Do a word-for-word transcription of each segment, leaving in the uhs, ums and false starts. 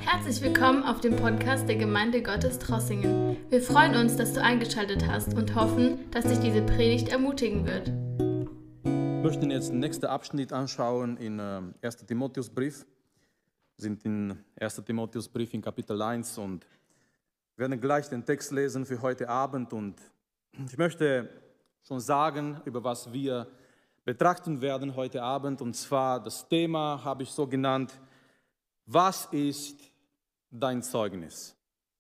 Herzlich willkommen auf dem Podcast der Gemeinde Gottes Trossingen. Wir freuen uns, dass du eingeschaltet hast und hoffen, dass dich diese Predigt ermutigen wird. Wir möchten jetzt den nächsten Abschnitt anschauen in äh, ersten Timotheusbrief. Wir sind in ersten Timotheusbrief in Kapitel eins und werden gleich den Text lesen für heute Abend. Und ich möchte schon sagen, über was wir betrachten werden heute Abend. Und zwar das Thema habe ich so genannt: Was ist dein Zeugnis?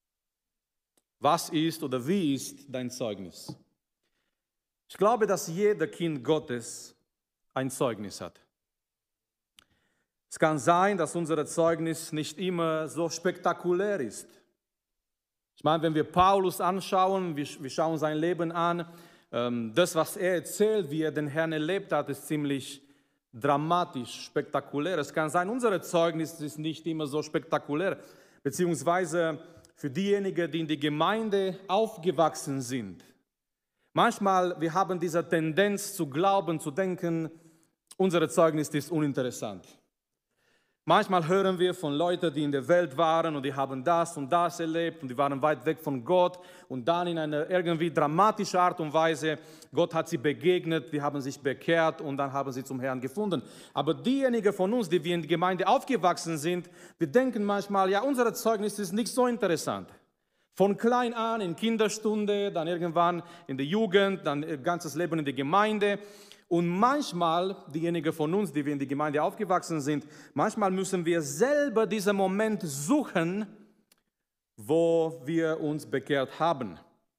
Was ist oder wie ist dein Zeugnis? Ich glaube, dass jeder Kind Gottes ein Zeugnis hat. Es kann sein, dass unser Zeugnis nicht immer so spektakulär ist. Ich meine, wenn wir Paulus anschauen, wir, wir schauen sein Leben an, ähm, das, was er erzählt, wie er den Herrn erlebt hat, ist ziemlich dramatisch, spektakulär. Es kann sein, unser Zeugnis ist nicht immer so spektakulär, beziehungsweise für diejenigen, die in die Gemeinde aufgewachsen sind. Manchmal, wir haben diese Tendenz zu glauben, zu denken, unser Zeugnis ist uninteressant. Manchmal hören wir von Leuten, die in der Welt waren und die haben das und das erlebt und die waren weit weg von Gott und dann in einer irgendwie dramatischen Art und Weise, Gott hat sie begegnet, die haben sich bekehrt und dann haben sie zum Herrn gefunden. Aber diejenigen von uns, die wir in der Gemeinde aufgewachsen sind, wir denken manchmal, ja, unser Zeugnis ist nicht so interessant. Von klein an, in Kinderstunde, dann irgendwann in der Jugend, dann ihr ganzes Leben in der Gemeinde. Und manchmal, diejenigen von uns, die wir in die Gemeinde aufgewachsen sind, manchmal müssen wir selber diesen Moment suchen, wo wir uns bekehrt haben.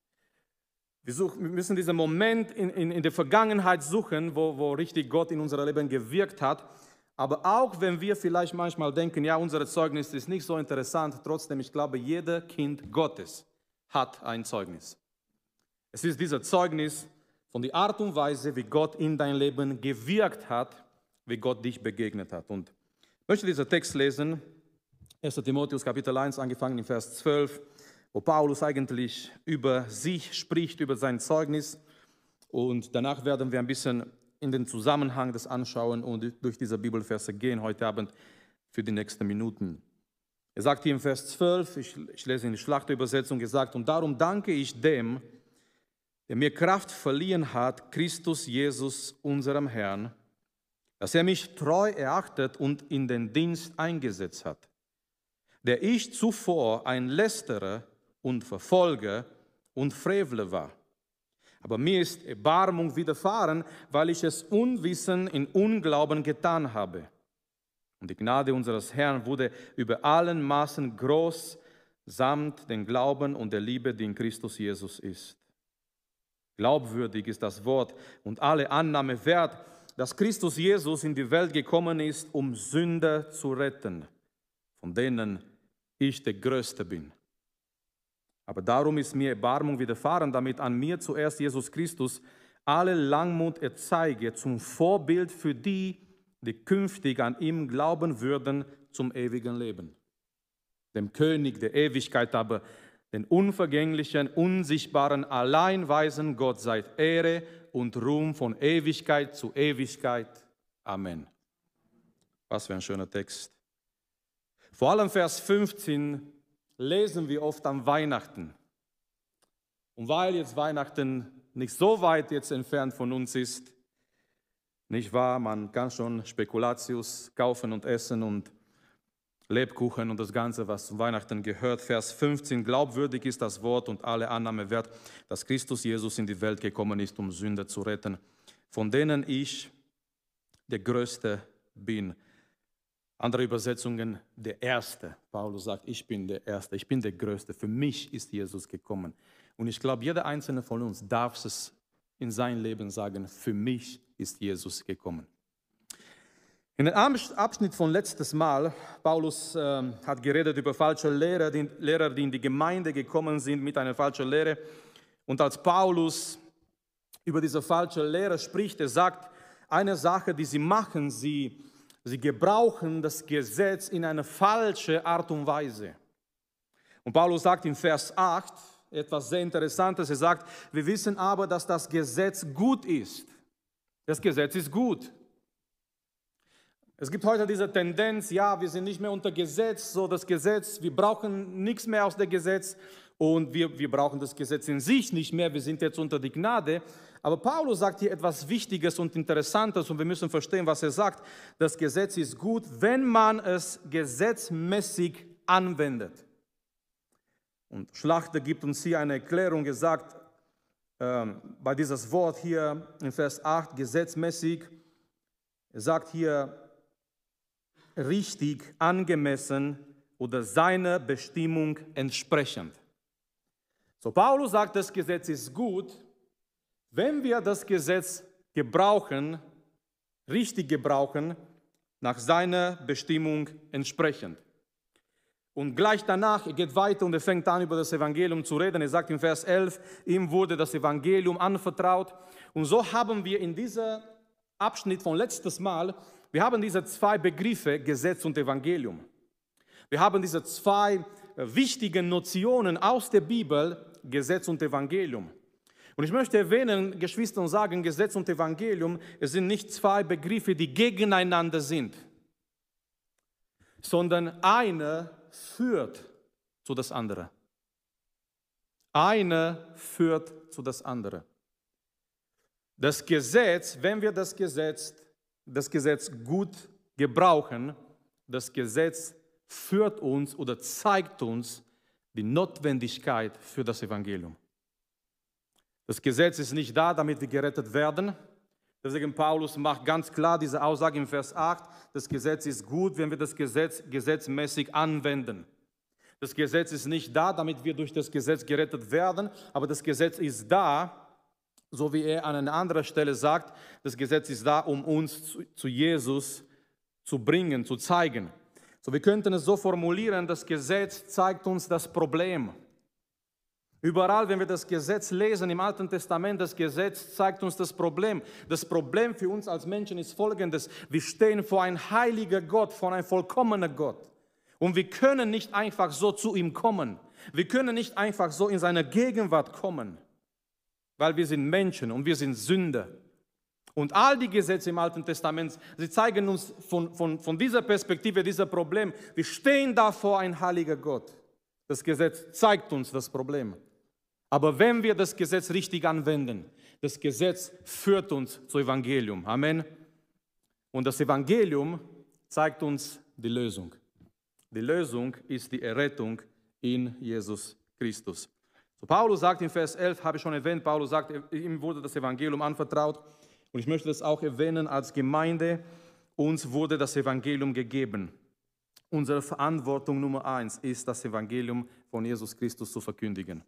Wir, suchen, wir müssen diesen Moment in, in, in der Vergangenheit suchen, wo, wo richtig Gott in unser Leben gewirkt hat. Aber auch wenn wir vielleicht manchmal denken, ja, unser Zeugnis ist nicht so interessant, trotzdem, ich glaube, jeder Kind Gottes hat ein Zeugnis. Es ist dieses Zeugnis von der Art und Weise, wie Gott in dein Leben gewirkt hat, wie Gott dich begegnet hat. Und ich möchte diesen Text lesen, ersten Timotheus Kapitel eins, angefangen in Vers zwölf, wo Paulus eigentlich über sich spricht, über sein Zeugnis. Und danach werden wir ein bisschen in den Zusammenhang das anschauen und durch diese Bibelverse gehen heute Abend für die nächsten Minuten. Er sagt hier im Vers zwölf, ich, ich lese in die Schlachterübersetzung, er sagt: Und darum danke ich dem, der mir Kraft verliehen hat, Christus Jesus, unserem Herrn, dass er mich treu erachtet und in den Dienst eingesetzt hat, der ich zuvor ein Lästerer und Verfolger und Frevler war. Aber mir ist Erbarmung widerfahren, weil ich es unwissend in Unglauben getan habe. Und die Gnade unseres Herrn wurde über allen Maßen groß, samt den Glauben und der Liebe, die in Christus Jesus ist. Glaubwürdig ist das Wort und alle Annahme wert, dass Christus Jesus in die Welt gekommen ist, um Sünder zu retten, von denen ich der Größte bin. Aber darum ist mir Erbarmung widerfahren, damit an mir zuerst Jesus Christus alle Langmut erzeige, zum Vorbild für die, die künftig an ihm glauben würden, zum ewigen Leben. Dem König der Ewigkeit aber, den unvergänglichen, unsichtbaren, allein weisen Gott sei Ehre und Ruhm von Ewigkeit zu Ewigkeit. Amen. Was für ein schöner Text. Vor allem Vers fünfzehn lesen wir oft an Weihnachten. Und weil jetzt Weihnachten nicht so weit jetzt entfernt von uns ist, nicht wahr, man kann schon Spekulatius kaufen und essen und Lebkuchen und das Ganze, was zu Weihnachten gehört. Vers fünfzehn, glaubwürdig ist das Wort und alle Annahme wert, dass Christus Jesus in die Welt gekommen ist, um Sünder zu retten, von denen ich der Größte bin. Andere Übersetzungen, der Erste. Paulus sagt, ich bin der Erste, ich bin der Größte. Für mich ist Jesus gekommen. Und ich glaube, jeder Einzelne von uns darf es in seinem Leben sagen, für mich ist Jesus gekommen. In dem Abschnitt von letztes Mal, Paulus äh, hat geredet über falsche Lehrer, die, Lehrer, die in die Gemeinde gekommen sind mit einer falschen Lehre. Und als Paulus über diese falsche Lehre spricht, er sagt, eine Sache, die sie machen, sie, sie gebrauchen das Gesetz in eine falsche Art und Weise. Und Paulus sagt in Vers acht etwas sehr Interessantes, er sagt, wir wissen aber, dass das Gesetz gut ist. Das Gesetz ist gut. Es gibt heute diese Tendenz, ja, wir sind nicht mehr unter Gesetz, so das Gesetz, wir brauchen nichts mehr aus dem Gesetz und wir, wir brauchen das Gesetz in sich nicht mehr, wir sind jetzt unter die Gnade. Aber Paulus sagt hier etwas Wichtiges und Interessantes und wir müssen verstehen, was er sagt. Das Gesetz ist gut, wenn man es gesetzmäßig anwendet. Und Schlachter gibt uns hier eine Erklärung, er sagt, äh, bei dieses Wort hier in Vers acht, gesetzmäßig, er sagt hier, richtig, angemessen oder seiner Bestimmung entsprechend. So, Paulus sagt, das Gesetz ist gut, wenn wir das Gesetz gebrauchen, richtig gebrauchen, nach seiner Bestimmung entsprechend. Und gleich danach, er geht weiter und er fängt an, über das Evangelium zu reden. Er sagt in Vers elf, ihm wurde das Evangelium anvertraut. Und so haben wir in diesem Abschnitt von letztes Mal, wir haben diese zwei Begriffe, Gesetz und Evangelium. Wir haben diese zwei wichtigen Notionen aus der Bibel, Gesetz und Evangelium. Und ich möchte erwähnen, Geschwister, und sagen, Gesetz und Evangelium, es sind nicht zwei Begriffe, die gegeneinander sind, sondern eine führt zu das andere. Eine führt zu das andere. Das Gesetz, wenn wir das Gesetz, das Gesetz gut gebrauchen, das Gesetz führt uns oder zeigt uns die Notwendigkeit für das Evangelium. Das Gesetz ist nicht da, damit wir gerettet werden. Deswegen Paulus macht ganz klar diese Aussage im Vers acht, das Gesetz ist gut, wenn wir das Gesetz gesetzmäßig anwenden. Das Gesetz ist nicht da, damit wir durch das Gesetz gerettet werden, aber das Gesetz ist da, so wie er an einer anderen Stelle sagt, das Gesetz ist da, um uns zu, zu Jesus zu bringen, zu zeigen. So, wir könnten es so formulieren, das Gesetz zeigt uns das Problem. Überall, wenn wir das Gesetz lesen im Alten Testament, das Gesetz zeigt uns das Problem. Das Problem für uns als Menschen ist folgendes: Wir stehen vor einem heiligen Gott, vor einem vollkommenen Gott. Und wir können nicht einfach so zu ihm kommen. Wir können nicht einfach so in seine Gegenwart kommen, weil wir sind Menschen und wir sind Sünder. Und all die Gesetze im Alten Testament, sie zeigen uns von, von, von dieser Perspektive, dieser Problem, wir stehen da vor einem heiligen Gott. Das Gesetz zeigt uns das Problem. Aber wenn wir das Gesetz richtig anwenden, das Gesetz führt uns zum Evangelium. Amen. Und das Evangelium zeigt uns die Lösung. Die Lösung ist die Errettung in Jesus Christus. So, Paulus sagt in Vers elf, habe ich schon erwähnt, Paulus sagt, ihm wurde das Evangelium anvertraut. Und ich möchte das auch erwähnen als Gemeinde, uns wurde das Evangelium gegeben. Unsere Verantwortung Nummer eins ist, das Evangelium von Jesus Christus zu verkündigen.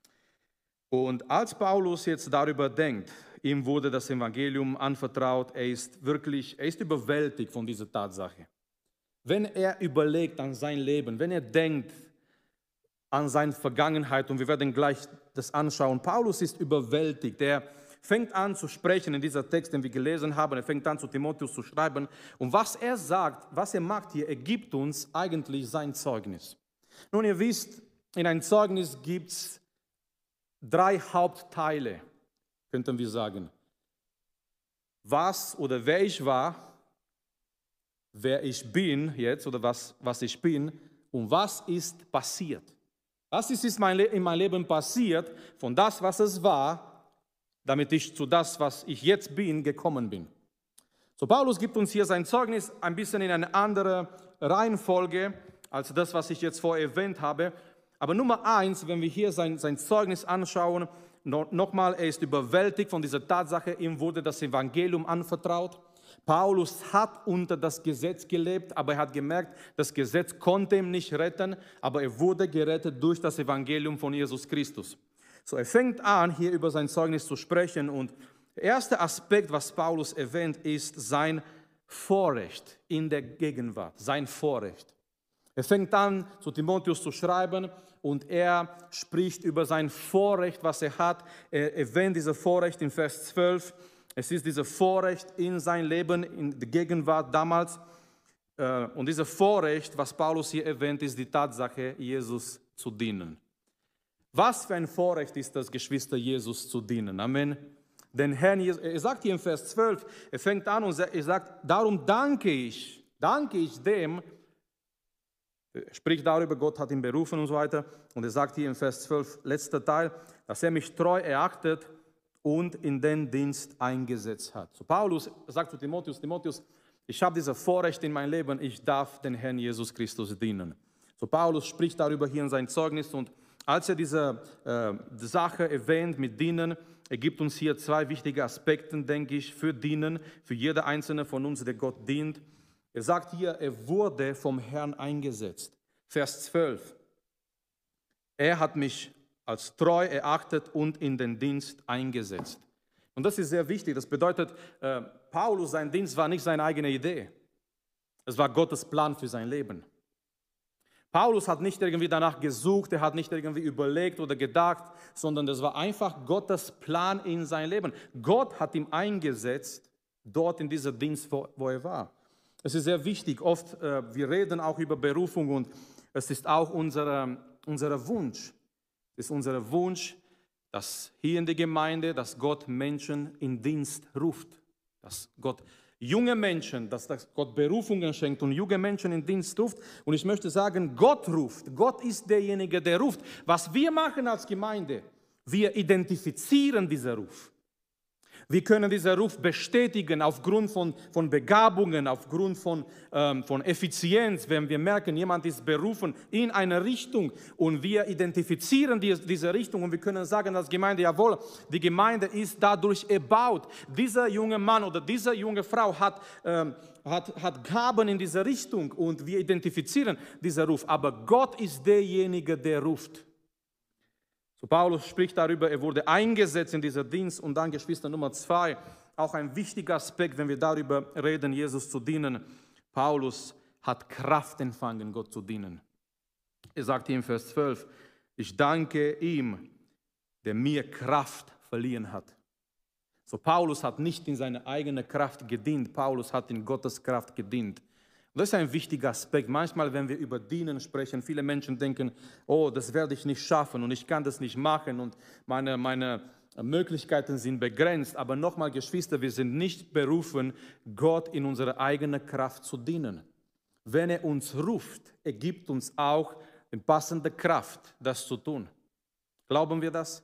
Und als Paulus jetzt darüber denkt, ihm wurde das Evangelium anvertraut, er ist wirklich, er ist überwältigt von dieser Tatsache. Wenn er überlegt an sein Leben, wenn er denkt an seine Vergangenheit, und wir werden gleich das anschauen, Paulus ist überwältigt, er fängt an zu sprechen in dieser Text, den wir gelesen haben, er fängt an zu Timotheus zu schreiben, und was er sagt, was er macht hier, er gibt uns eigentlich sein Zeugnis. Nun, ihr wisst, in einem Zeugnis gibt es drei Hauptteile, könnten wir sagen. Was oder wer ich war, wer ich bin jetzt oder was, was ich bin und was ist passiert. Was ist in meinem Leben passiert von das, was es war, damit ich zu das, was ich jetzt bin, gekommen bin. So, Paulus gibt uns hier sein Zeugnis ein bisschen in eine andere Reihenfolge als das, was ich jetzt vorher erwähnt habe. Aber Nummer eins, wenn wir hier sein, sein Zeugnis anschauen, no, nochmal, er ist überwältigt von dieser Tatsache, ihm wurde das Evangelium anvertraut. Paulus hat unter das Gesetz gelebt, aber er hat gemerkt, das Gesetz konnte ihn nicht retten, aber er wurde gerettet durch das Evangelium von Jesus Christus. So, er fängt an, hier über sein Zeugnis zu sprechen, und der erste Aspekt, was Paulus erwähnt, ist sein Vorrecht in der Gegenwart, sein Vorrecht. Er fängt an, zu Timotheus zu schreiben, und er spricht über sein Vorrecht, was er hat. Er erwähnt dieses Vorrecht in Vers zwölf. Es ist dieses Vorrecht in sein Leben, in der Gegenwart damals. Und dieses Vorrecht, was Paulus hier erwähnt, ist die Tatsache, Jesus zu dienen. Was für ein Vorrecht ist das, Geschwister, Jesus zu dienen. Amen. Denn Herr Jesus, er sagt hier in Vers zwölf, er fängt an und er sagt, darum danke ich danke ich dem, er spricht darüber, Gott hat ihn berufen und so weiter. Und er sagt hier im Vers zwölf, letzter Teil, dass er mich treu erachtet und in den Dienst eingesetzt hat. So Paulus sagt zu Timotheus, Timotheus, ich habe dieses Vorrecht in meinem Leben, ich darf den Herrn Jesus Christus dienen. So Paulus spricht darüber hier in sein Zeugnis und als er diese äh, Sache erwähnt mit Dienen, er gibt uns hier zwei wichtige Aspekte, denke ich, für Dienen, für jeder einzelne von uns, der Gott dient. Er sagt hier, er wurde vom Herrn eingesetzt. Vers zwölf. Er hat mich als treu erachtet und in den Dienst eingesetzt. Und das ist sehr wichtig. Das bedeutet, äh, Paulus, sein Dienst war nicht seine eigene Idee. Es war Gottes Plan für sein Leben. Paulus hat nicht irgendwie danach gesucht, er hat nicht irgendwie überlegt oder gedacht, sondern das war einfach Gottes Plan in sein Leben. Gott hat ihn eingesetzt, dort in dieser Dienst, wo, wo er war. Es ist sehr wichtig, oft, äh, wir reden auch über Berufung und es ist auch unser, unser Wunsch. Es ist unser Wunsch, dass hier in der Gemeinde, dass Gott Menschen in Dienst ruft, dass Gott junge Menschen, dass Gott Berufungen schenkt und junge Menschen in Dienst ruft. Und ich möchte sagen, Gott ruft. Gott ist derjenige, der ruft. Was wir machen als Gemeinde, wir identifizieren diesen Ruf. Wir können diesen Ruf bestätigen aufgrund von, von Begabungen, aufgrund von, ähm, von Effizienz. Wenn wir merken, jemand ist berufen in eine Richtung und wir identifizieren die, diese Richtung und wir können sagen als Gemeinde, jawohl, die Gemeinde ist dadurch erbaut. Dieser junge Mann oder diese junge Frau hat, ähm, hat, hat Gaben in diese Richtung und wir identifizieren diesen Ruf. Aber Gott ist derjenige, der ruft. So Paulus spricht darüber, er wurde eingesetzt in dieser Dienst und dann Geschwister Nummer zwei, auch ein wichtiger Aspekt, wenn wir darüber reden, Jesus zu dienen. Paulus hat Kraft empfangen, Gott zu dienen. Er sagt hier im Vers zwölf, ich danke ihm, der mir Kraft verliehen hat. So Paulus hat nicht in seine eigene Kraft gedient, Paulus hat in Gottes Kraft gedient. Das ist ein wichtiger Aspekt. Manchmal, wenn wir über Dienen sprechen, viele Menschen denken, oh, das werde ich nicht schaffen und ich kann das nicht machen und meine, meine Möglichkeiten sind begrenzt. Aber nochmal, Geschwister, wir sind nicht berufen, Gott in unserer eigenen Kraft zu dienen. Wenn er uns ruft, er gibt uns auch die passende Kraft, das zu tun. Glauben wir das?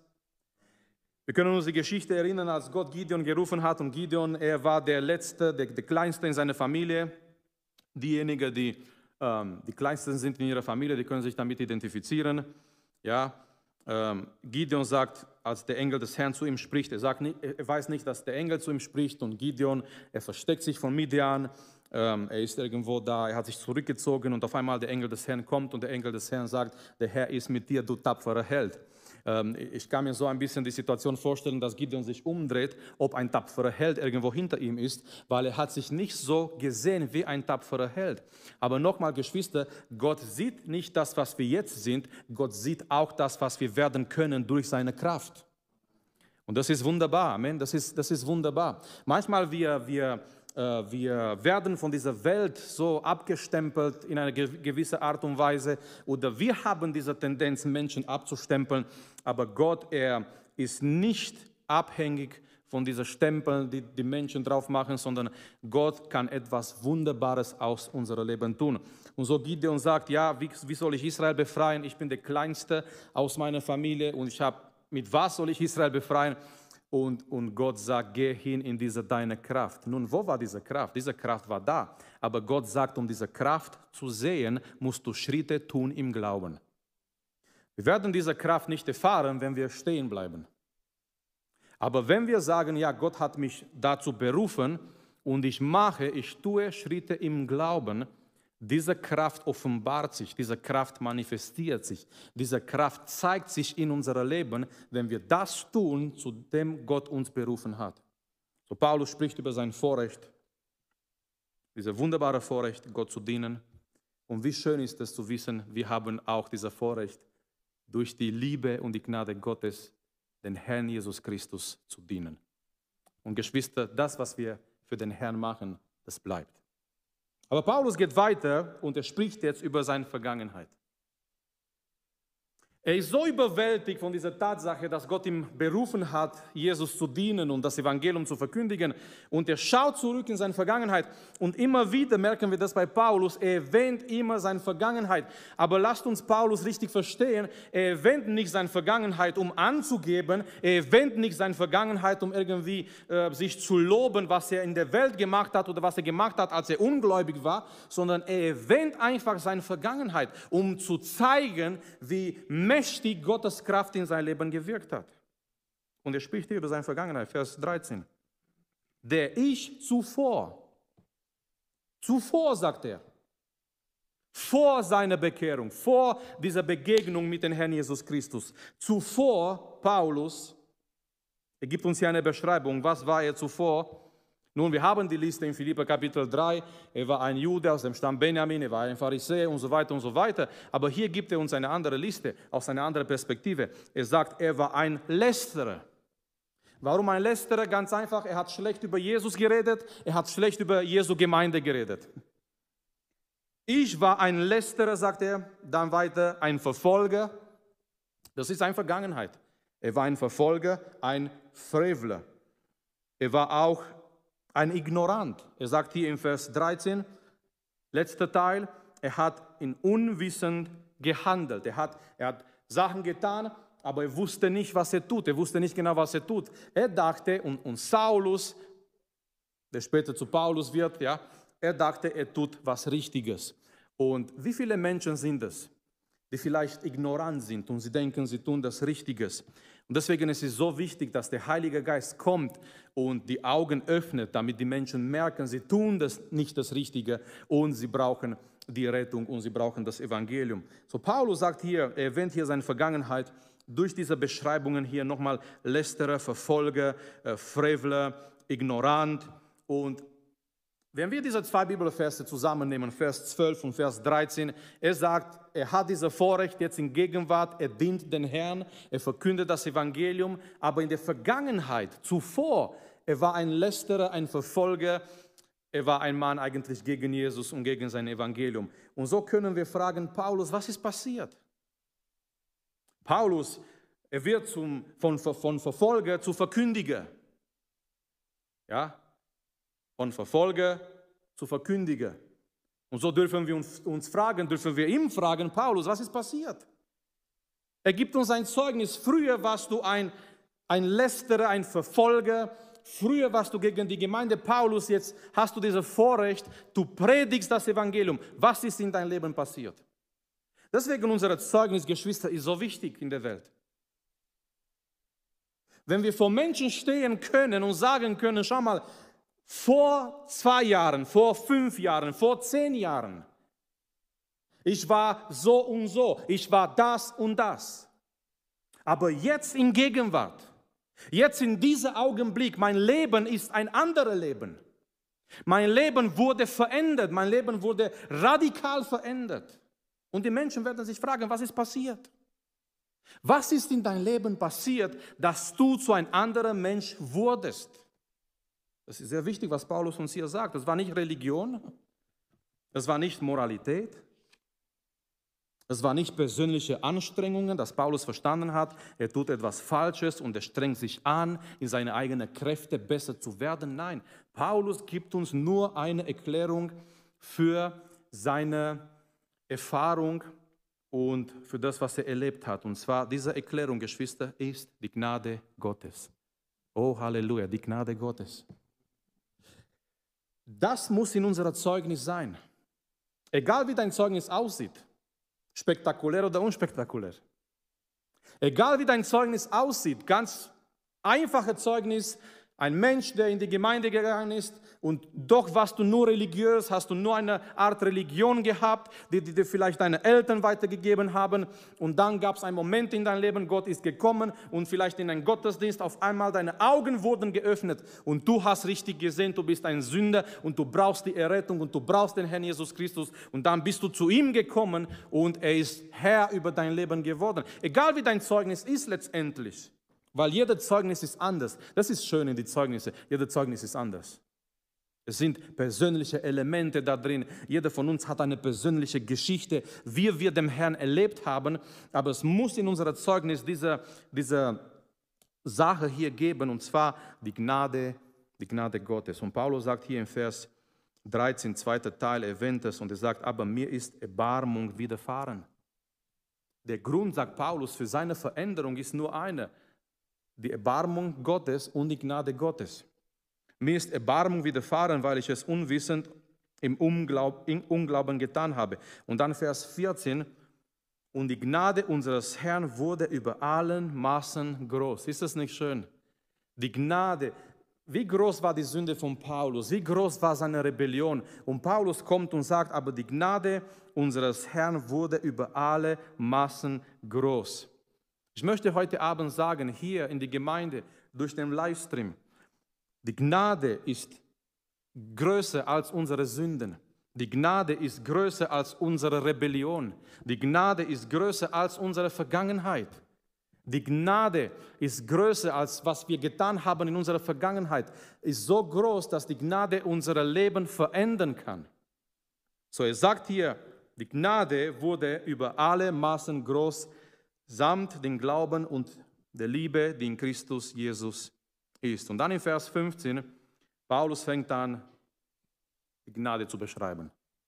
Wir können uns die Geschichte erinnern, als Gott Gideon gerufen hat und Gideon, er war der Letzte, der, der Kleinste in seiner Familie. Diejenigen, die ähm, die Kleinsten sind in ihrer Familie, die können sich damit identifizieren. Ja, ähm, Gideon sagt, als der Engel des Herrn zu ihm spricht, er, sagt nicht, er weiß nicht, dass der Engel zu ihm spricht und Gideon, er versteckt sich von Midian, ähm, er ist irgendwo da, er hat sich zurückgezogen und auf einmal der Engel des Herrn kommt und der Engel des Herrn sagt, der Herr ist mit dir, du tapferer Held. Ich kann mir so ein bisschen die Situation vorstellen, dass Gideon sich umdreht, ob ein tapferer Held irgendwo hinter ihm ist, weil er hat sich nicht so gesehen wie ein tapferer Held. Aber nochmal, Geschwister, Gott sieht nicht das, was wir jetzt sind, Gott sieht auch das, was wir werden können durch seine Kraft. Und das ist wunderbar, Amen, das ist, das ist wunderbar. Manchmal wir, wir, äh, wir werden von dieser Welt so abgestempelt in einer gewissen Art und Weise oder wir haben diese Tendenz, Menschen abzustempeln, aber Gott, er ist nicht abhängig von diesen Stempeln, die die Menschen drauf machen, sondern Gott kann etwas Wunderbares aus unserem Leben tun. Und so Gideon sagt, ja, wie, wie soll ich Israel befreien? Ich bin der Kleinste aus meiner Familie und ich habe, mit was soll ich Israel befreien? Und, und Gott sagt, geh hin in diese deine Kraft. Nun, wo war diese Kraft? Diese Kraft war da. Aber Gott sagt, um diese Kraft zu sehen, musst du Schritte tun im Glauben. Wir werden diese Kraft nicht erfahren, wenn wir stehen bleiben. Aber wenn wir sagen, ja, Gott hat mich dazu berufen und ich mache, ich tue Schritte im Glauben, diese Kraft offenbart sich, diese Kraft manifestiert sich, diese Kraft zeigt sich in unserem Leben, wenn wir das tun, zu dem Gott uns berufen hat. So Paulus spricht über sein Vorrecht, dieses wunderbare Vorrecht, Gott zu dienen. Und wie schön ist es zu wissen, wir haben auch dieses Vorrecht, durch die Liebe und die Gnade Gottes den Herrn Jesus Christus zu dienen. Und Geschwister, das, was wir für den Herrn machen, das bleibt. Aber Paulus geht weiter und er spricht jetzt über seine Vergangenheit. Er ist so überwältigt von dieser Tatsache, dass Gott ihn berufen hat, Jesus zu dienen und das Evangelium zu verkündigen. Und er schaut zurück in seine Vergangenheit. Und immer wieder merken wir das bei Paulus. Er erwähnt immer seine Vergangenheit. Aber lasst uns Paulus richtig verstehen. Er erwähnt nicht seine Vergangenheit, um anzugeben. Er erwähnt nicht seine Vergangenheit, um irgendwie äh, sich zu loben, was er in der Welt gemacht hat oder was er gemacht hat, als er ungläubig war. Sondern er erwähnt einfach seine Vergangenheit, um zu zeigen, wie mächtig Gottes Kraft in sein Leben gewirkt hat. Und er spricht hier über seine Vergangenheit, Vers dreizehn. Der ich zuvor, zuvor sagt er, vor seiner Bekehrung, vor dieser Begegnung mit dem Herrn Jesus Christus, zuvor, Paulus, er gibt uns hier eine Beschreibung, was war er zuvor? Nun, wir haben die Liste in Philipper Kapitel drei, er war ein Jude aus dem Stamm Benjamin, er war ein Pharisäer und so weiter und so weiter. Aber hier gibt er uns eine andere Liste, aus einer anderen Perspektive. Er sagt, er war ein Lästerer. Warum ein Lästerer? Ganz einfach, er hat schlecht über Jesus geredet, er hat schlecht über Jesu Gemeinde geredet. Ich war ein Lästerer, sagt er, dann weiter ein Verfolger. Das ist eine Vergangenheit. Er war ein Verfolger, ein Frevler. Er war auch ein Ignorant. Er sagt hier im Vers dreizehn, letzter Teil, er hat in Unwissend gehandelt. Er hat, er hat Sachen getan, aber er wusste nicht, was er tut. Er wusste nicht genau, was er tut. Er dachte, und, und Saulus, der später zu Paulus wird, ja, er dachte, er tut was Richtiges. Und wie viele Menschen sind es, die vielleicht ignorant sind und sie denken, sie tun das Richtiges? Und deswegen ist es so wichtig, dass der Heilige Geist kommt und die Augen öffnet, damit die Menschen merken, sie tun das nicht das Richtige und sie brauchen die Rettung und sie brauchen das Evangelium. So Paulus sagt hier, er erwähnt hier seine Vergangenheit durch diese Beschreibungen hier nochmal Lästerer, Verfolger, äh, Frevler, Ignorant. Und wenn wir diese zwei Bibelverse zusammennehmen, Vers zwölf und Vers dreizehn, er sagt, er hat dieses Vorrecht jetzt in Gegenwart, er dient den Herrn, er verkündet das Evangelium, aber in der Vergangenheit, zuvor, er war ein Lästerer, ein Verfolger, er war ein Mann eigentlich gegen Jesus und gegen sein Evangelium. Und so können wir fragen, Paulus, was ist passiert? Paulus, er wird zum, von, von Verfolger zu Verkündiger. Ja? Von Verfolger zu Verkündiger. Und so dürfen wir uns, uns fragen, dürfen wir ihm fragen, Paulus, was ist passiert? Er gibt uns ein Zeugnis. Früher warst du ein, ein Lästerer, ein Verfolger. Früher warst du gegen die Gemeinde. Paulus, jetzt hast du dieses Vorrecht, du predigst das Evangelium. Was ist in deinem Leben passiert? Deswegen unser Zeugnis, Geschwister, ist so wichtig in der Welt. Wenn wir vor Menschen stehen können und sagen können, schau mal, vor zwei Jahren, vor fünf Jahren, vor zehn Jahren, ich war so und so, ich war das und das. Aber jetzt in Gegenwart, jetzt in diesem Augenblick, mein Leben ist ein anderes Leben. Mein Leben wurde verändert, mein Leben wurde radikal verändert. Und die Menschen werden sich fragen, was ist passiert? Was ist in deinem Leben passiert, dass du zu einem anderen Mensch wurdest? Das ist sehr wichtig, was Paulus uns hier sagt. Das war nicht Religion, das war nicht Moralität, das war nicht persönliche Anstrengungen, dass Paulus verstanden hat, er tut etwas Falsches und er strengt sich an, in seine eigenen Kräfte besser zu werden. Nein, Paulus gibt uns nur eine Erklärung für seine Erfahrung und für das, was er erlebt hat. Und zwar, diese Erklärung, Geschwister, ist die Gnade Gottes. Oh, Halleluja, die Gnade Gottes. Das muss in unserer Zeugnis sein. Egal wie dein Zeugnis aussieht, spektakulär oder unspektakulär. Egal wie dein Zeugnis aussieht, ganz einfache Zeugnis, ein Mensch, der in die Gemeinde gegangen ist und doch warst du nur religiös, hast du nur eine Art Religion gehabt, die dir vielleicht deine Eltern weitergegeben haben und dann gab es einen Moment in deinem Leben, Gott ist gekommen und vielleicht in einen Gottesdienst, auf einmal deine Augen wurden geöffnet und du hast richtig gesehen, du bist ein Sünder und du brauchst die Errettung und du brauchst den Herrn Jesus Christus und dann bist du zu ihm gekommen und er ist Herr über dein Leben geworden. Egal wie dein Zeugnis ist letztendlich. Weil jeder Zeugnis ist anders. Das ist schön in die Zeugnisse. Jeder Zeugnis ist anders. Es sind persönliche Elemente da drin. Jeder von uns hat eine persönliche Geschichte, wie wir den Herrn erlebt haben. Aber es muss in unserem Zeugnis diese, diese Sache hier geben, und zwar die Gnade, die Gnade Gottes. Und Paulus sagt hier im Vers dreizehn, zweiter Teil, erwähnt es, und er sagt, aber mir ist Erbarmung widerfahren. Der Grund, sagt Paulus, für seine Veränderung ist nur eine: die Erbarmung Gottes und die Gnade Gottes. Mir ist Erbarmung widerfahren, weil ich es unwissend im Unglaub, im Unglauben getan habe. Und dann Vers vierzehn, und die Gnade unseres Herrn wurde über allen Maßen groß. Ist das nicht schön? Die Gnade, wie groß war die Sünde von Paulus? Wie groß war seine Rebellion? Und Paulus kommt und sagt, aber die Gnade unseres Herrn wurde über alle Maßen groß. Ich möchte heute Abend sagen, hier in die Gemeinde, durch den Livestream, die Gnade ist größer als unsere Sünden. Die Gnade ist größer als unsere Rebellion. Die Gnade ist größer als unsere Vergangenheit. Die Gnade ist größer als was wir getan haben in unserer Vergangenheit. Ist so groß, dass die Gnade unser Leben verändern kann. So, er sagt hier, die Gnade wurde über alle Maßen groß, samt dem Glauben und der Liebe, die in Christus Jesus ist. Und dann in Vers fünfzehn, Paulus fängt an, die Gnade zu beschreiben.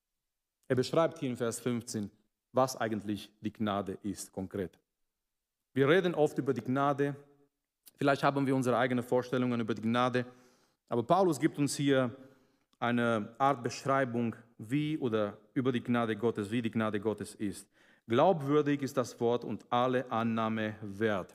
Er beschreibt hier in Vers fünfzehn, was eigentlich die Gnade ist, konkret. Wir reden oft über die Gnade, vielleicht haben wir unsere eigenen Vorstellungen über die Gnade, aber Paulus gibt uns hier eine Art Beschreibung, wie oder über die Gnade Gottes, wie die Gnade Gottes ist. Glaubwürdig ist das Wort und alle Annahme wert.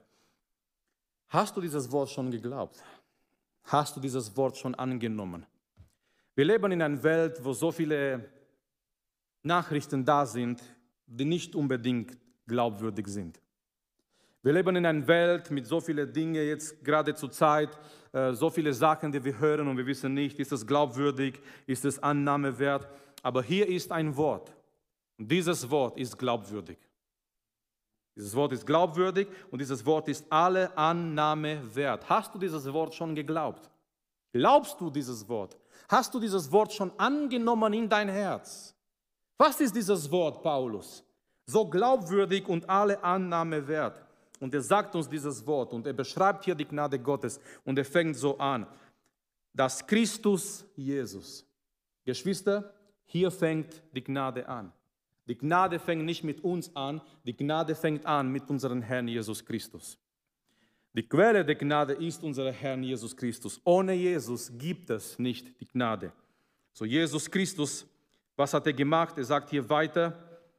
Hast du dieses Wort schon geglaubt? Hast du dieses Wort schon angenommen? Wir leben in einer Welt, wo so viele Nachrichten da sind, die nicht unbedingt glaubwürdig sind. Wir leben in einer Welt mit so vielen Dingen, jetzt gerade zur Zeit, äh, so viele Sachen, die wir hören und wir wissen nicht, ist es glaubwürdig, ist es annahmewert. Aber hier ist ein Wort und dieses Wort ist glaubwürdig. Dieses Wort ist glaubwürdig und dieses Wort ist alle Annahme wert. Hast du dieses Wort schon geglaubt? Glaubst du dieses Wort? Hast du dieses Wort schon angenommen in dein Herz? Was ist dieses Wort, Paulus? So glaubwürdig und alle Annahme wert. Und er sagt uns dieses Wort und er beschreibt hier die Gnade Gottes und er fängt so an, dass Christus Jesus. Geschwister, hier fängt die Gnade an. Die Gnade fängt nicht mit uns an, die Gnade fängt an mit unserem Herrn Jesus Christus. Die Quelle der Gnade ist unser Herr Jesus Christus. Ohne Jesus gibt es nicht die Gnade. So, Jesus Christus, was hat er gemacht? Er sagt hier weiter,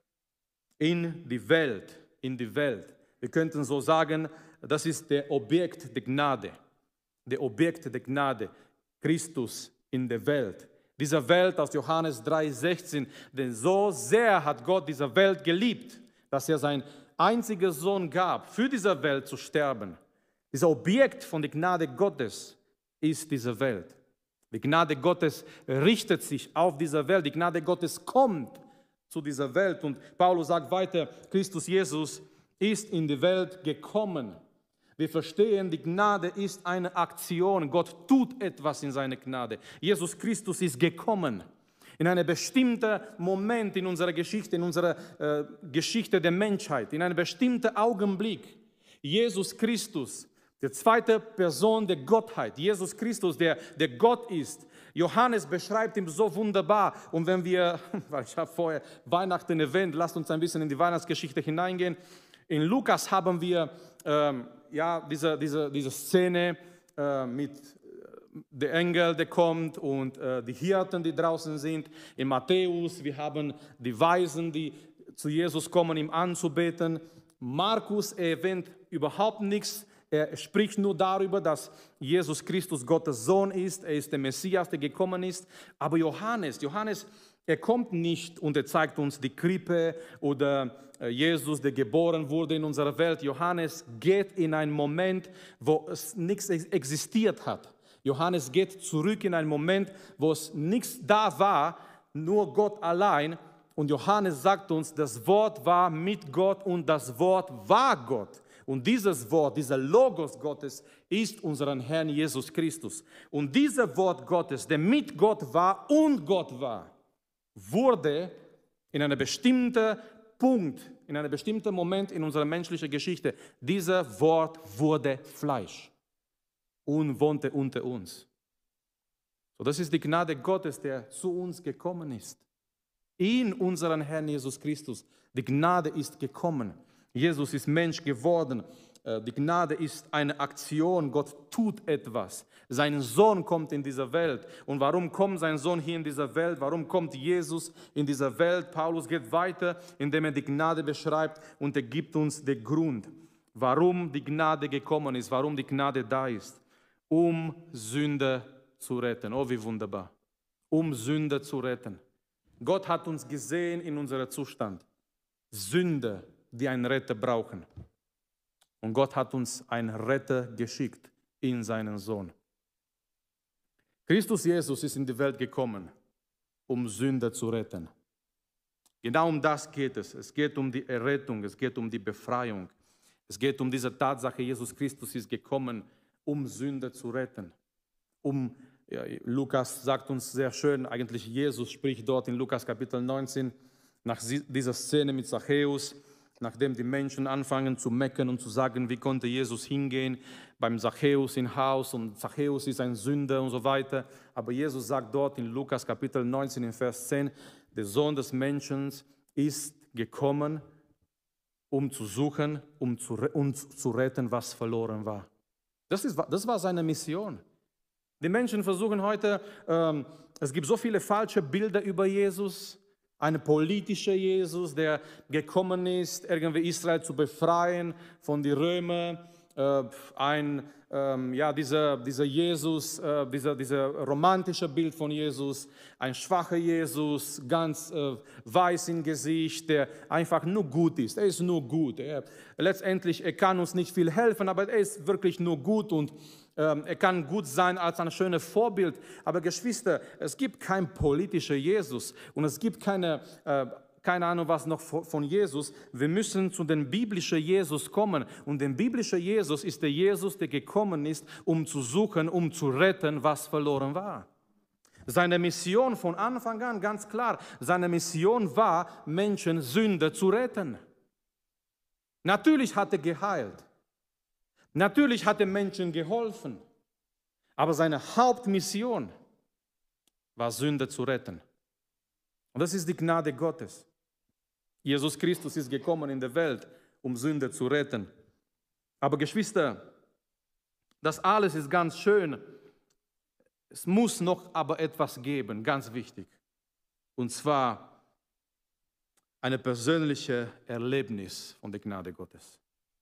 in die Welt, in die Welt. Wir könnten so sagen, das ist der Objekt der Gnade. Der Objekt der Gnade, Christus in der Welt. Dieser Welt aus Johannes drei sechzehn, denn so sehr hat Gott diese Welt geliebt, dass er seinen einzigen Sohn gab, für diese Welt zu sterben. Dieser Objekt von der Gnade Gottes ist diese Welt. Die Gnade Gottes richtet sich auf diese Welt. Die Gnade Gottes kommt zu dieser Welt. Und Paulus sagt weiter, Christus Jesus ist in die Welt gekommen. Wir verstehen, die Gnade ist eine Aktion. Gott tut etwas in seiner Gnade. Jesus Christus ist gekommen. In einem bestimmten Moment in unserer Geschichte, in unserer äh, Geschichte der Menschheit, in einem bestimmten Augenblick. Jesus Christus, die zweite Person der Gottheit. Jesus Christus, der, der Gott ist. Johannes beschreibt ihn so wunderbar. Und wenn wir, weil ich habe vorher Weihnachten erwähnt, lasst uns ein bisschen in die Weihnachtsgeschichte hineingehen. In Lukas haben wir ähm, ja, diese, diese, diese Szene äh, mit der Engel, der kommt und äh, die Hirten, die draußen sind. In Matthäus, wir haben die Weisen, die zu Jesus kommen, ihm anzubeten. Markus erwähnt überhaupt nichts. Er spricht nur darüber, dass Jesus Christus Gottes Sohn ist. Er ist der Messias, der gekommen ist. Aber Johannes, Johannes, er kommt nicht und er zeigt uns die Krippe oder Jesus, der geboren wurde in unserer Welt. Johannes geht in einen Moment, wo es nichts existiert hat. Johannes geht zurück in einen Moment, wo es nichts da war, nur Gott allein. Und Johannes sagt uns, das Wort war mit Gott und das Wort war Gott. Und dieses Wort, dieser Logos Gottes ist unseren Herrn Jesus Christus. Und dieser Wort Gottes, der mit Gott war und Gott war, wurde in einem bestimmten Punkt, in einem bestimmten Moment in unserer menschlichen Geschichte, dieser Wort wurde Fleisch und wohnte unter uns. So, das ist die Gnade Gottes, der zu uns gekommen ist. In unseren Herrn Jesus Christus. Die Gnade ist gekommen. Jesus ist Mensch geworden. Die Gnade ist eine Aktion. Gott tut etwas. Sein Sohn kommt in diese Welt. Und warum kommt sein Sohn hier in diese Welt? Warum kommt Jesus in diese Welt? Paulus geht weiter, indem er die Gnade beschreibt und er gibt uns den Grund, warum die Gnade gekommen ist, warum die Gnade da ist. Um Sünde zu retten. Oh, wie wunderbar. Um Sünde zu retten. Gott hat uns gesehen in unserem Zustand. Sünde, die einen Retter brauchen. Und Gott hat uns einen Retter geschickt in seinen Sohn. Christus Jesus ist in die Welt gekommen, um Sünde zu retten. Genau um das geht es. Es geht um die Errettung, es geht um die Befreiung. Es geht um diese Tatsache, Jesus Christus ist gekommen, um Sünde zu retten. Um, ja, Lukas sagt uns sehr schön, eigentlich Jesus spricht dort in Lukas Kapitel neunzehn, nach dieser Szene mit Zachäus, nachdem die Menschen anfangen zu meckern und zu sagen, wie konnte Jesus hingehen beim Zachäus im Haus und Zachäus ist ein Sünder und so weiter. Aber Jesus sagt dort in Lukas Kapitel neunzehn, in Vers zehn, der Sohn des Menschen ist gekommen, um zu suchen, um zu, uns zu retten, was verloren war. Das, ist, das war seine Mission. Die Menschen versuchen heute, ähm, es gibt so viele falsche Bilder über Jesus, ein politischer Jesus, der gekommen ist, irgendwie Israel zu befreien von den Römern, äh, ein, ähm, ja, dieser, dieser Jesus, äh, dieser, dieser romantische Bild von Jesus, ein schwacher Jesus, ganz äh, weiß im Gesicht, der einfach nur gut ist. Er ist nur gut. Er, letztendlich, er kann uns nicht viel helfen, aber er ist wirklich nur gut und ähm, er kann gut sein als ein schönes Vorbild. Aber Geschwister, es gibt keinen politischen Jesus und es gibt keine äh, keine Ahnung, was noch von Jesus. Wir müssen zu dem biblischen Jesus kommen. Und der biblische Jesus ist der Jesus, der gekommen ist, um zu suchen, um zu retten, was verloren war. Seine Mission von Anfang an, ganz klar, seine Mission war, Menschen Sünder zu retten. Natürlich hat er geheilt. Natürlich hat er Menschen geholfen. Aber seine Hauptmission war, Sünder zu retten. Und das ist die Gnade Gottes. Jesus Christus ist gekommen in der Welt, um Sünder zu retten. Aber Geschwister, das alles ist ganz schön. Es muss noch aber etwas geben, ganz wichtig. Und zwar ein persönliches Erlebnis von der Gnade Gottes.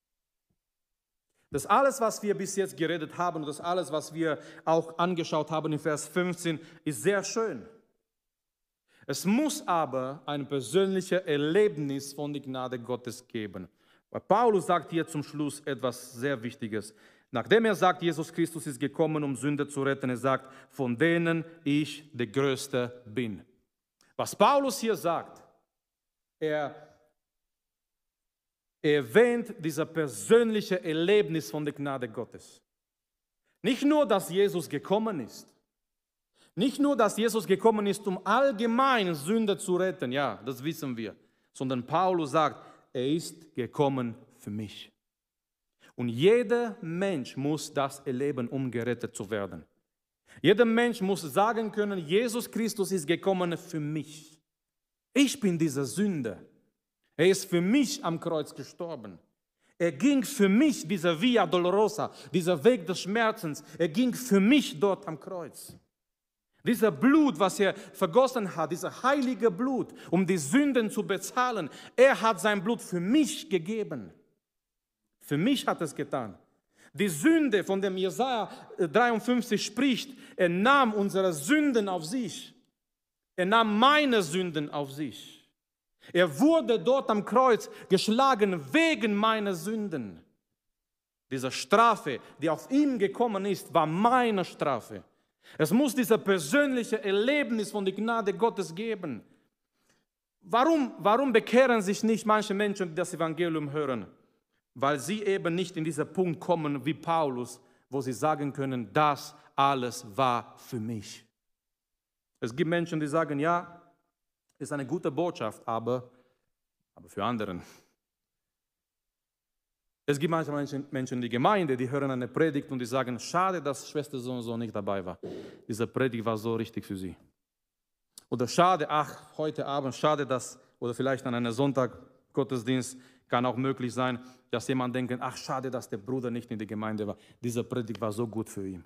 Das alles, was wir bis jetzt geredet haben und das alles, was wir auch angeschaut haben in Vers fünfzehn, ist sehr schön. Es muss aber ein persönliches Erlebnis von der Gnade Gottes geben. Weil Paulus sagt hier zum Schluss etwas sehr Wichtiges. Nachdem er sagt, Jesus Christus ist gekommen, um Sünder zu retten, er sagt, von denen ich der Größte bin. Was Paulus hier sagt, er erwähnt dieses persönliche Erlebnis von der Gnade Gottes. Nicht nur, dass Jesus gekommen ist, nicht nur, dass Jesus gekommen ist, um allgemein Sünder zu retten, ja, das wissen wir, sondern Paulus sagt, er ist gekommen für mich. Und jeder Mensch muss das erleben, um gerettet zu werden. Jeder Mensch muss sagen können, Jesus Christus ist gekommen für mich. Ich bin dieser Sünder. Er ist für mich am Kreuz gestorben. Er ging für mich dieser Via Dolorosa, dieser Weg des Schmerzens. Er ging für mich dort am Kreuz. Dieser Blut, was er vergossen hat, dieser heilige Blut, um die Sünden zu bezahlen, er hat sein Blut für mich gegeben. Für mich hat er es getan. Die Sünde, von der Jesaja dreiundfünfzig spricht, er nahm unsere Sünden auf sich. Er nahm meine Sünden auf sich. Er wurde dort am Kreuz geschlagen wegen meiner Sünden. Diese Strafe, die auf ihn gekommen ist, war meine Strafe. Es muss dieses persönliche Erlebnis von der Gnade Gottes geben. Warum, warum bekehren sich nicht manche Menschen, die das Evangelium hören? weil sie eben nicht in diesen Punkt kommen wie Paulus, wo sie sagen können, das alles war für mich. Es gibt Menschen, die sagen, ja, ist eine gute Botschaft, aber, aber für anderen. Es gibt manche Menschen, Menschen in der Gemeinde, die hören eine Predigt und die sagen, schade, dass Schwester so und so nicht dabei war. Diese Predigt war so richtig für sie. Oder schade, ach, heute Abend, schade, dass, oder vielleicht an einem Sonntag Gottesdienst kann auch möglich sein, dass jemand denkt, ach, schade, dass der Bruder nicht in der Gemeinde war. Diese Predigt war so gut für ihn.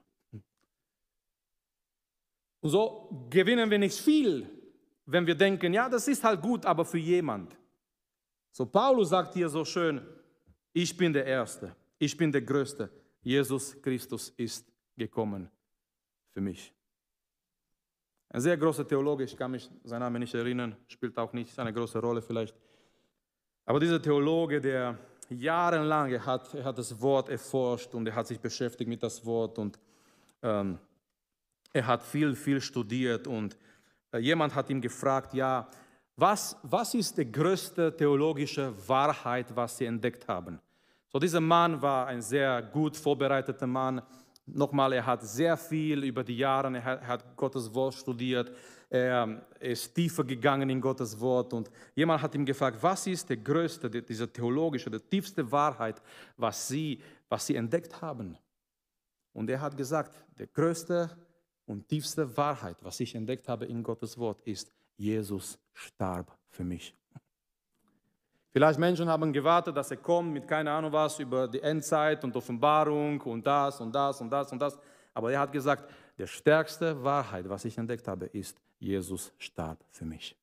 Und so gewinnen wir nicht viel, wenn wir denken, ja, das ist halt gut, aber für jemand. So Paulus sagt hier so schön, ich bin der Erste, ich bin der Größte. Jesus Christus ist gekommen für mich. Ein sehr großer Theologe, ich kann mich seinen Namen nicht erinnern, spielt auch nicht eine große Rolle vielleicht. Aber dieser Theologe, der jahrelang er hat, er hat das Wort erforscht und er hat sich beschäftigt mit das Wort und ähm, er hat viel, viel studiert und äh, jemand hat ihn gefragt, ja, was, was ist die größte theologische Wahrheit, was Sie entdeckt haben? So, dieser Mann war ein sehr gut vorbereiteter Mann. Nochmal, er hat sehr viel über die Jahre, er hat, er hat Gottes Wort studiert, er ist tiefer gegangen in Gottes Wort und jemand hat ihm gefragt, was ist die größte, die, diese theologische, die tiefste Wahrheit, was Sie, was Sie entdeckt haben? Und er hat gesagt, die größte und tiefste Wahrheit, was ich entdeckt habe in Gottes Wort, ist, Jesus starb für mich. Vielleicht Menschen haben gewartet, dass er kommt mit keine Ahnung was über die Endzeit und Offenbarung und das und das und das und das. Aber er hat gesagt, die stärkste Wahrheit, was ich entdeckt habe, ist, Jesus starb für mich.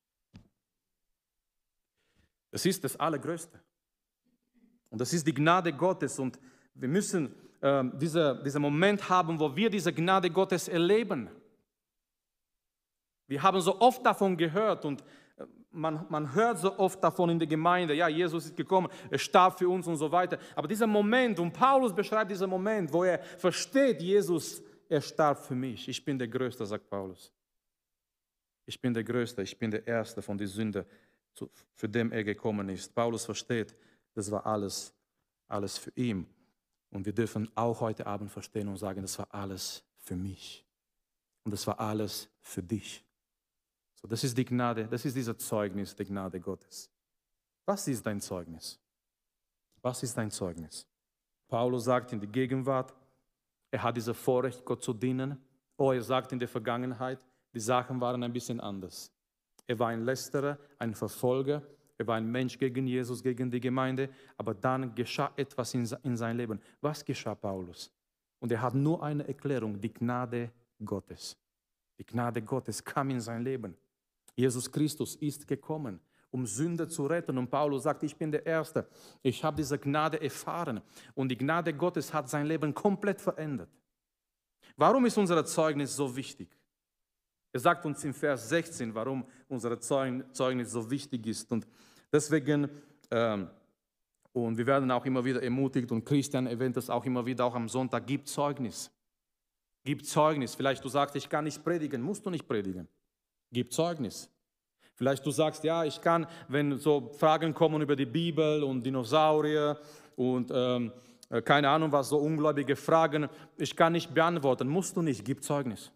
Das ist das Allergrößte. Und das ist die Gnade Gottes. Und wir müssen äh, diese, diesen Moment haben, wo wir diese Gnade Gottes erleben. Wir haben so oft davon gehört und man, man hört so oft davon in der Gemeinde, ja, Jesus ist gekommen, er starb für uns und so weiter. Aber dieser Moment, und Paulus beschreibt diesen Moment, wo er versteht, Jesus, er starb für mich. Ich bin der Größte, sagt Paulus. Ich bin der Größte, ich bin der Erste von der Sünde, für den er gekommen ist. Paulus versteht, das war alles, alles für ihn. Und wir dürfen auch heute Abend verstehen und sagen, das war alles für mich. Und das war alles für dich. So, das ist die Gnade, das ist dieser Zeugnis der Gnade Gottes. Was ist dein Zeugnis? Was ist dein Zeugnis? Paulus sagt in der Gegenwart, er hat dieses Vorrecht, Gott zu dienen. Oh, er sagt in der Vergangenheit, die Sachen waren ein bisschen anders. Er war ein Lästerer, ein Verfolger, er war ein Mensch gegen Jesus, gegen die Gemeinde, aber dann geschah etwas in, in seinem Leben. Was geschah, Paulus? Und er hat nur eine Erklärung, die Gnade Gottes. Die Gnade Gottes kam in sein Leben. Jesus Christus ist gekommen, um Sünder zu retten. Und Paulus sagt, ich bin der Erste. Ich habe diese Gnade erfahren. Und die Gnade Gottes hat sein Leben komplett verändert. Warum ist unser Zeugnis so wichtig? Er sagt uns in Vers sechzehn, warum unser Zeugnis so wichtig ist. Und deswegen, ähm, und wir werden auch immer wieder ermutigt, und Christian erwähnt das auch immer wieder, auch am Sonntag, gib Zeugnis. Gib Zeugnis. Vielleicht du sagst, ich kann nicht predigen. Musst du nicht predigen. Gib Zeugnis. Vielleicht du sagst, ja, ich kann, wenn so Fragen kommen über die Bibel und Dinosaurier und ähm, keine Ahnung was, so ungläubige Fragen, ich kann nicht beantworten. Musst du nicht. Gib Zeugnis.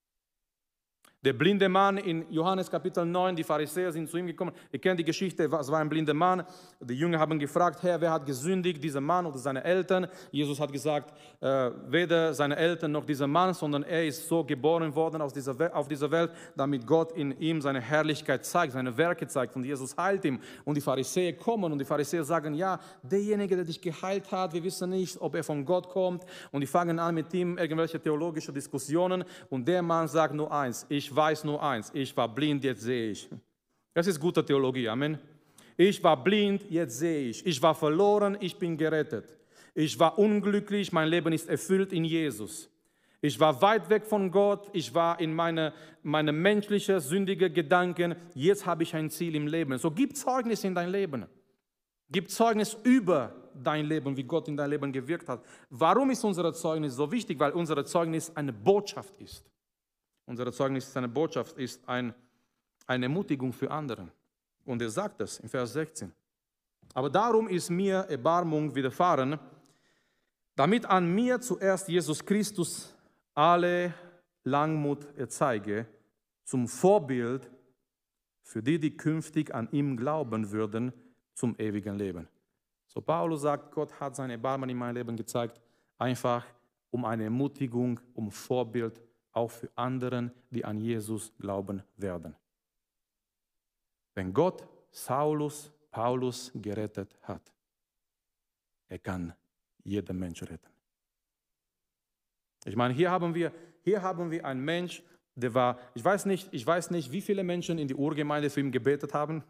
Der blinde Mann in Johannes Kapitel neun, die Pharisäer sind zu ihm gekommen. Ihr kennt die Geschichte, es war ein blinder Mann. Die Jünger haben gefragt, Herr, wer hat gesündigt, dieser Mann oder seine Eltern? Jesus hat gesagt, äh, weder seine Eltern noch dieser Mann, sondern er ist so geboren worden aus dieser auf dieser Welt, damit Gott in ihm seine Herrlichkeit zeigt, seine Werke zeigt. Und Jesus heilt ihn. Und die Pharisäer kommen und die Pharisäer sagen, ja, derjenige, der dich geheilt hat, wir wissen nicht, ob er von Gott kommt. Und die fangen an mit ihm irgendwelche theologische Diskussionen. Und der Mann sagt nur eins, ich Ich weiß nur eins, ich war blind, jetzt sehe ich. Das ist gute Theologie, Amen. Ich war blind, jetzt sehe ich. Ich war verloren, ich bin gerettet. Ich war unglücklich, mein Leben ist erfüllt in Jesus. Ich war weit weg von Gott, ich war in meine, meine menschlichen, sündigen Gedanken. Jetzt habe ich ein Ziel im Leben. So gib Zeugnis in dein Leben. Gib Zeugnis über dein Leben, wie Gott in dein Leben gewirkt hat. Warum ist unser Zeugnis so wichtig? Weil unser Zeugnis eine Botschaft ist. Unser Zeugnis ist eine Botschaft, ist ein, eine Ermutigung für andere. Und er sagt es in Vers sechzehn. Aber darum ist mir Erbarmung widerfahren, damit an mir zuerst Jesus Christus alle Langmut erzeige, zum Vorbild für die, die künftig an ihm glauben würden, zum ewigen Leben. So Paulus sagt, Gott hat sein Erbarmen in meinem Leben gezeigt, einfach um eine Ermutigung, um Vorbild auch für anderen, die an Jesus glauben werden. Wenn Gott Saulus, Paulus gerettet hat, er kann jeden Mensch retten. Ich meine, hier haben wir, hier haben wir einen Mensch, der war, ich weiß nicht, ich weiß nicht, wie viele Menschen in die Urgemeinde für ihn gebetet haben,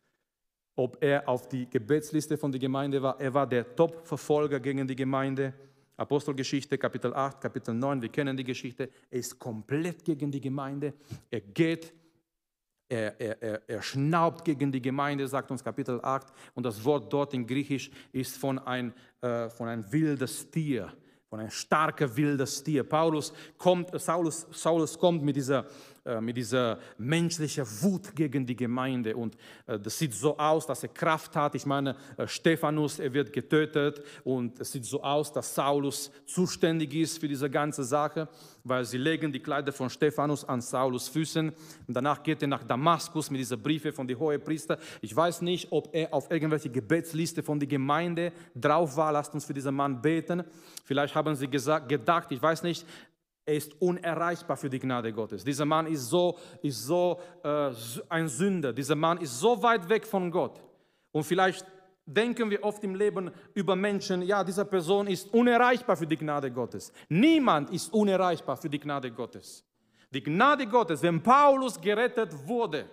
ob er auf die Gebetsliste von der Gemeinde war. Er war der Top-Verfolger gegen die Gemeinde. Apostelgeschichte, Kapitel acht, Kapitel neun, wir kennen die Geschichte. Er ist komplett gegen die Gemeinde. Er geht, er, er, er, er schnaubt gegen die Gemeinde, sagt uns Kapitel acht. Und das Wort dort in Griechisch ist von ein, äh, von ein wildes Tier. Von ein starker, wildes Tier. Paulus kommt, Saulus, Saulus kommt mit dieser, äh, mit dieser menschlichen Wut gegen die Gemeinde. Und äh, das sieht so aus, dass er Kraft hat. Ich meine, äh, Stephanus, er wird getötet. Und es sieht so aus, dass Saulus zuständig ist für diese ganze Sache, weil sie legen die Kleider von Stephanus an Saulus Füßen. Und danach geht er nach Damaskus mit diesen Briefen von den Hohepriester. Ich weiß nicht, ob er auf irgendwelche Gebetsliste von der Gemeinde drauf war. Lasst uns für diesen Mann beten. Vielleicht haben sie gesagt, gedacht, ich weiß nicht, er ist unerreichbar für die Gnade Gottes. Dieser Mann ist so, ist so äh, ein Sünder. Dieser Mann ist so weit weg von Gott. Und vielleicht denken wir oft im Leben über Menschen, ja, diese Person ist unerreichbar für die Gnade Gottes. Niemand ist unerreichbar für die Gnade Gottes. Die Gnade Gottes, wenn Paulus gerettet wurde,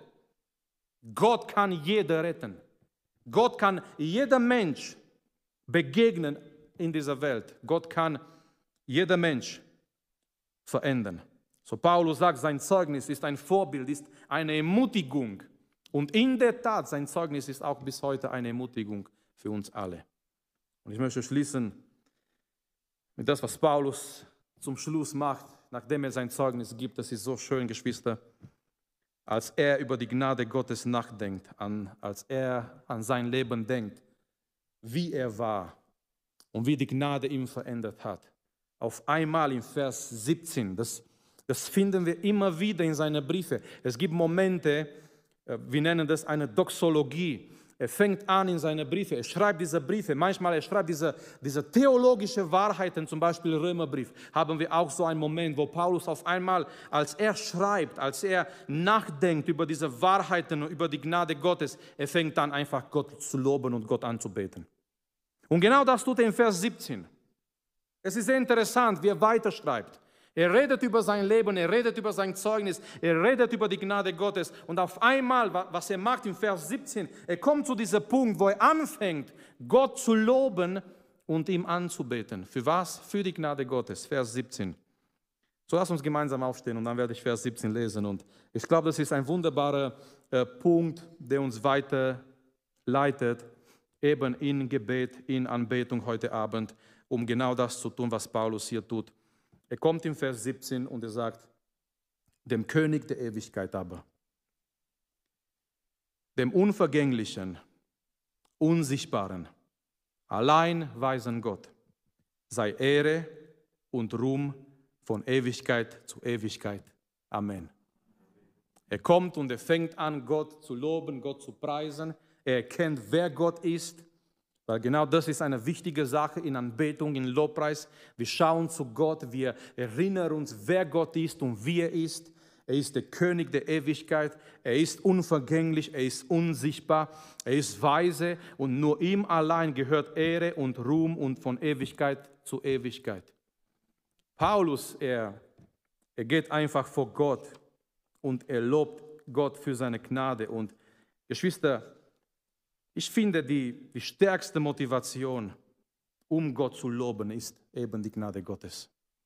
Gott kann jeder retten. Gott kann jeder Mensch begegnen in dieser Welt. Gott kann jeder Mensch verändern. So Paulus sagt, sein Zeugnis ist ein Vorbild, ist eine Ermutigung. Und in der Tat, sein Zeugnis ist auch bis heute eine Ermutigung für uns alle. Und ich möchte schließen mit das, was Paulus zum Schluss macht, nachdem er sein Zeugnis gibt. Das ist so schön, Geschwister, als er über die Gnade Gottes nachdenkt, an, als er an sein Leben denkt, wie er war und wie die Gnade ihn verändert hat. Auf einmal im Vers siebzehn, das, das finden wir immer wieder in seinen Briefen. Es gibt Momente, wir nennen das eine Doxologie. Er fängt an in seine Briefe, er schreibt diese Briefe, manchmal er schreibt diese, diese theologische Wahrheiten, zum Beispiel Römerbrief, haben wir auch so einen Moment, wo Paulus auf einmal, als er schreibt, als er nachdenkt über diese Wahrheiten, über die Gnade Gottes, er fängt an einfach Gott zu loben und Gott anzubeten. Und genau das tut er in Vers siebzehn. Es ist sehr interessant, wie er weiterschreibt. Er redet über sein Leben, er redet über sein Zeugnis, er redet über die Gnade Gottes. Und auf einmal, was er macht in Vers siebzehn, er kommt zu diesem Punkt, wo er anfängt, Gott zu loben und ihm anzubeten. Für was? Für die Gnade Gottes. Vers siebzehn. So, lass uns gemeinsam aufstehen und dann werde ich Vers siebzehn lesen. Und ich glaube, das ist ein wunderbarer äh, Punkt, der uns weiterleitet, eben in Gebet, in Anbetung heute Abend, um genau das zu tun, was Paulus hier tut. Er kommt in Vers siebzehn und er sagt, dem König der Ewigkeit aber, dem Unvergänglichen, Unsichtbaren, allein weisen Gott, sei Ehre und Ruhm von Ewigkeit zu Ewigkeit. Amen. Er kommt und er fängt an, Gott zu loben, Gott zu preisen. Er erkennt, wer Gott ist. Weil genau das ist eine wichtige Sache in Anbetung, in Lobpreis. Wir schauen zu Gott, wir erinnern uns, wer Gott ist und wie er ist. Er ist der König der Ewigkeit, er ist unvergänglich, er ist unsichtbar, er ist weise und nur ihm allein gehört Ehre und Ruhm und von Ewigkeit zu Ewigkeit. Paulus, er, er geht einfach vor Gott und er lobt Gott für seine Gnade. Und Geschwister, ich finde, die, die stärkste Motivation, um Gott zu loben, ist eben die Gnade Gottes.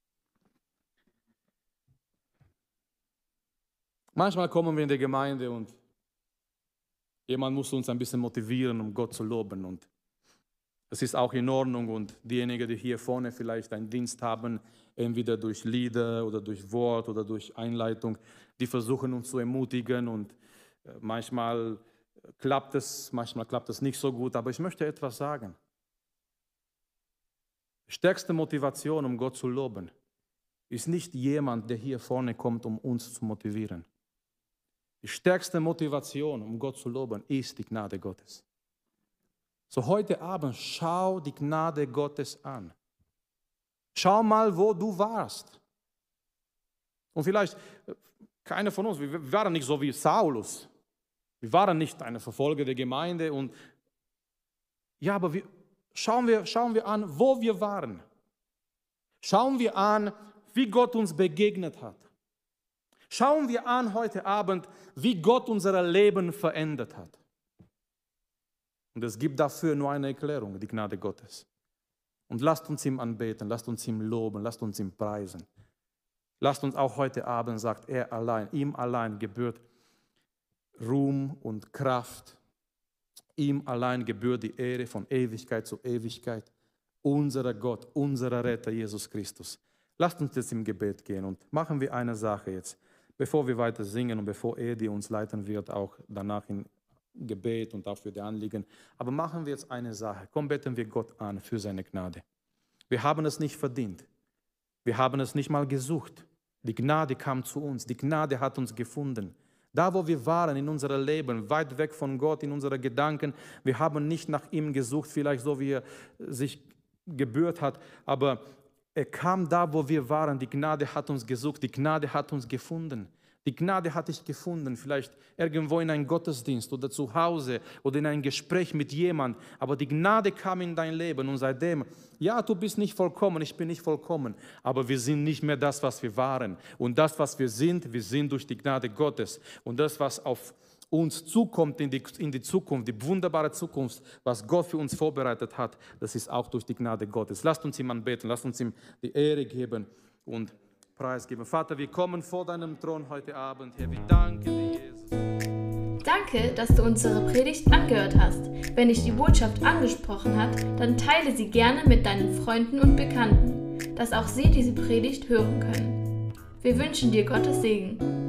Manchmal kommen wir in die Gemeinde und jemand muss uns ein bisschen motivieren, um Gott zu loben. Und das ist auch in Ordnung. Und diejenigen, die hier vorne vielleicht einen Dienst haben, entweder durch Lieder oder durch Wort oder durch Einleitung, die versuchen uns zu ermutigen. Und manchmal klappt es, manchmal klappt es nicht so gut, aber ich möchte etwas sagen. Die stärkste Motivation, um Gott zu loben, ist nicht jemand, der hier vorne kommt, um uns zu motivieren. Die stärkste Motivation, um Gott zu loben, ist die Gnade Gottes. So heute Abend, schau die Gnade Gottes an. Schau mal, wo du warst. Und vielleicht, keiner von uns, wir waren nicht so wie Saulus. Wir waren nicht eine Verfolger der Gemeinde. Und ja, aber wir, schauen, wir, schauen wir an, wo wir waren. Schauen wir an, wie Gott uns begegnet hat. Schauen wir an heute Abend, wie Gott unser Leben verändert hat. Und es gibt dafür nur eine Erklärung, die Gnade Gottes. Und lasst uns ihm anbeten, lasst uns ihm loben, lasst uns ihm preisen. Lasst uns auch heute Abend, sagt er allein, ihm allein gebührt Ruhm und Kraft. Ihm allein gebührt die Ehre von Ewigkeit zu Ewigkeit. Unser Gott, unser Retter Jesus Christus. Lasst uns jetzt im Gebet gehen und machen wir eine Sache jetzt, bevor wir weiter singen und bevor er, die uns leiten wird, auch danach in Gebet und auch für die Anliegen. Aber machen wir jetzt eine Sache. Komm, beten wir Gott an für seine Gnade. Wir haben es nicht verdient. Wir haben es nicht mal gesucht. Die Gnade kam zu uns. Die Gnade hat uns gefunden. Da, wo wir waren in unserem Leben, weit weg von Gott, in unseren Gedanken, wir haben nicht nach ihm gesucht, vielleicht so, wie er sich gebührt hat, aber er kam da, wo wir waren. Die Gnade hat uns gesucht, die Gnade hat uns gefunden. Die Gnade hat dich gefunden, vielleicht irgendwo in einem Gottesdienst oder zu Hause oder in einem Gespräch mit jemandem. Aber die Gnade kam in dein Leben und seitdem, ja, du bist nicht vollkommen, ich bin nicht vollkommen, aber wir sind nicht mehr das, was wir waren. Und das, was wir sind, wir sind durch die Gnade Gottes. Und das, was auf uns zukommt in die, in die Zukunft, die wunderbare Zukunft, was Gott für uns vorbereitet hat, das ist auch durch die Gnade Gottes. Lasst uns ihm anbeten, lasst uns ihm die Ehre geben und preisgeben. Vater, wir kommen vor deinem Thron heute Abend, Herr, wir danken dir, Jesus. Danke, dass du unsere Predigt angehört hast. Wenn dich die Botschaft angesprochen hat, dann teile sie gerne mit deinen Freunden und Bekannten, dass auch sie diese Predigt hören können. Wir wünschen dir Gottes Segen.